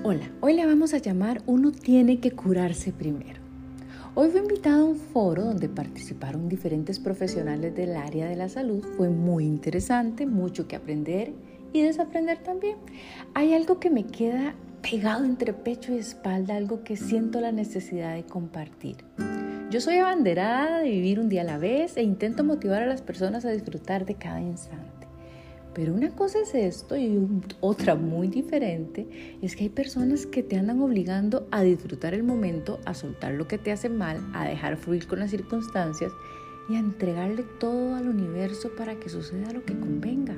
Hola, hoy le vamos a llamar Uno tiene que curarse primero. Hoy fui invitada a un foro donde participaron diferentes profesionales del área de la salud. Fue muy interesante, mucho que aprender y desaprender también. Hay algo que me queda pegado entre pecho y espalda, algo que siento la necesidad de compartir. Yo soy abanderada de vivir un día a la vez e intento motivar a las personas a disfrutar de cada instante. Pero una cosa es esto y otra muy diferente es que hay personas que te andan obligando a disfrutar el momento, a soltar lo que te hace mal, a dejar fluir con las circunstancias y a entregarle todo al universo para que suceda lo que convenga.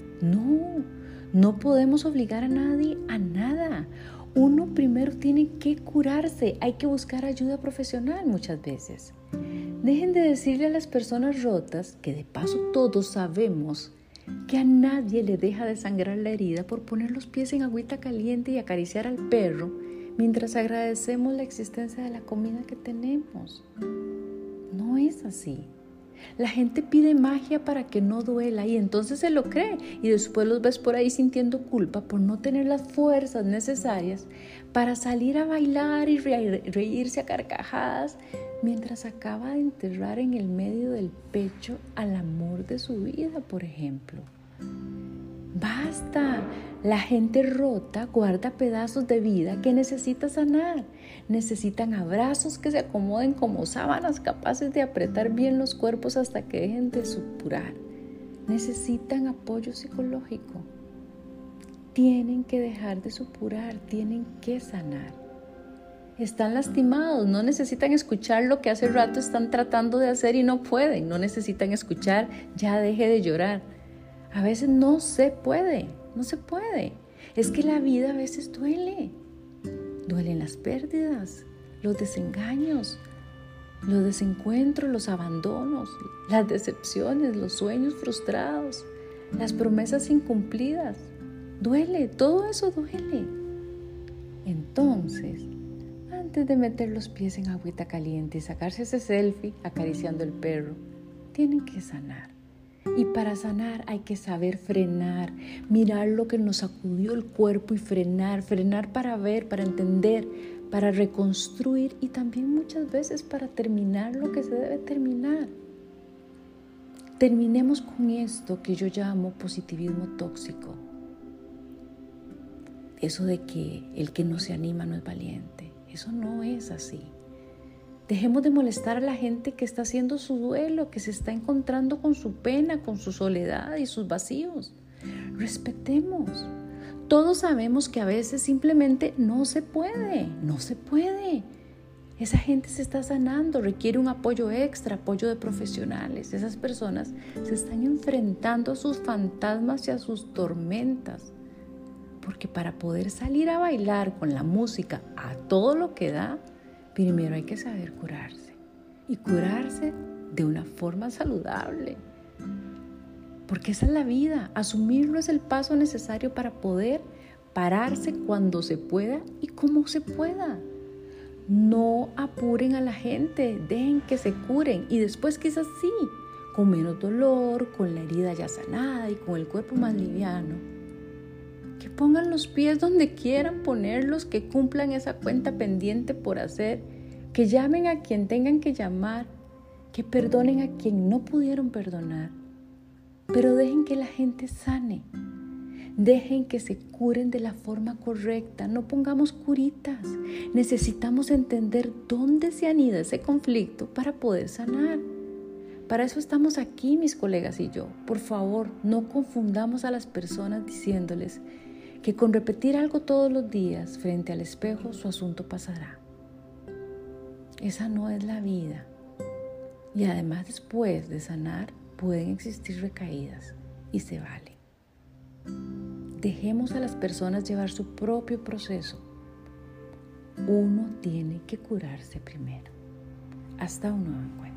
No podemos obligar a nadie a nada. Uno primero tiene que curarse, hay que buscar ayuda profesional muchas veces. Dejen de decirle a las personas rotas, que de paso todos sabemos que a nadie le deja de sangrar la herida por poner los pies en agüita caliente y acariciar al perro mientras agradecemos la existencia de la comida que tenemos. No es así. La gente pide magia para que no duela y entonces se lo cree y después los ves por ahí sintiendo culpa por no tener las fuerzas necesarias para salir a bailar y reírse a carcajadas mientras acaba de enterrar en el medio del pecho al amor de su vida, por ejemplo. ¡Basta! La gente rota guarda pedazos de vida que necesita sanar. Necesitan abrazos que se acomoden como sábanas capaces de apretar bien los cuerpos hasta que dejen de supurar. Necesitan apoyo psicológico. Tienen que dejar de supurar, tienen que sanar. Están lastimados, no necesitan escuchar lo que hace rato están tratando de hacer y no pueden. No necesitan escuchar, ya deje de llorar. A veces no se puede. Es que la vida a veces duele. Duelen las pérdidas, los desengaños, los desencuentros, los abandonos, las decepciones, los sueños frustrados, las promesas incumplidas. Duele, todo eso duele. Entonces, antes de meter los pies en agüita caliente y sacarse ese selfie acariciando el perro, tienen que sanar. Y para sanar hay que saber frenar, mirar lo que nos sacudió el cuerpo y frenar para ver, para entender, para reconstruir y también muchas veces para terminar lo que se debe terminar. Terminemos con esto que yo llamo positivismo tóxico. Eso de que el que no se anima no es valiente. Eso no es así. Dejemos de molestar a la gente que está haciendo su duelo, que se está encontrando con su pena, con su soledad y sus vacíos. Respetemos. Todos sabemos que a veces simplemente no se puede. Esa gente se está sanando, requiere un apoyo extra, apoyo de profesionales. Esas personas se están enfrentando a sus fantasmas y a sus tormentas. Porque para poder salir a bailar con la música a todo lo que da, primero hay que saber curarse y curarse de una forma saludable. Porque esa es la vida, asumirlo es el paso necesario para poder pararse cuando se pueda y como se pueda. No apuren a la gente, dejen que se curen y después quizás sí, con menos dolor, con la herida ya sanada y con el cuerpo más liviano. Que pongan los pies donde quieran ponerlos, que cumplan esa cuenta pendiente por hacer, que llamen a quien tengan que llamar, que perdonen a quien no pudieron perdonar. Pero dejen que la gente sane, dejen que se curen de la forma correcta, no pongamos curitas. Necesitamos entender dónde se anida ese conflicto para poder sanar. Para eso estamos aquí, mis colegas y yo. Por favor, no confundamos a las personas diciéndoles que con repetir algo todos los días frente al espejo su asunto pasará. Esa no es la vida. Y además después de sanar pueden existir recaídas y se vale. Dejemos a las personas llevar su propio proceso. Uno tiene que curarse primero. Hasta un nuevo encuentro.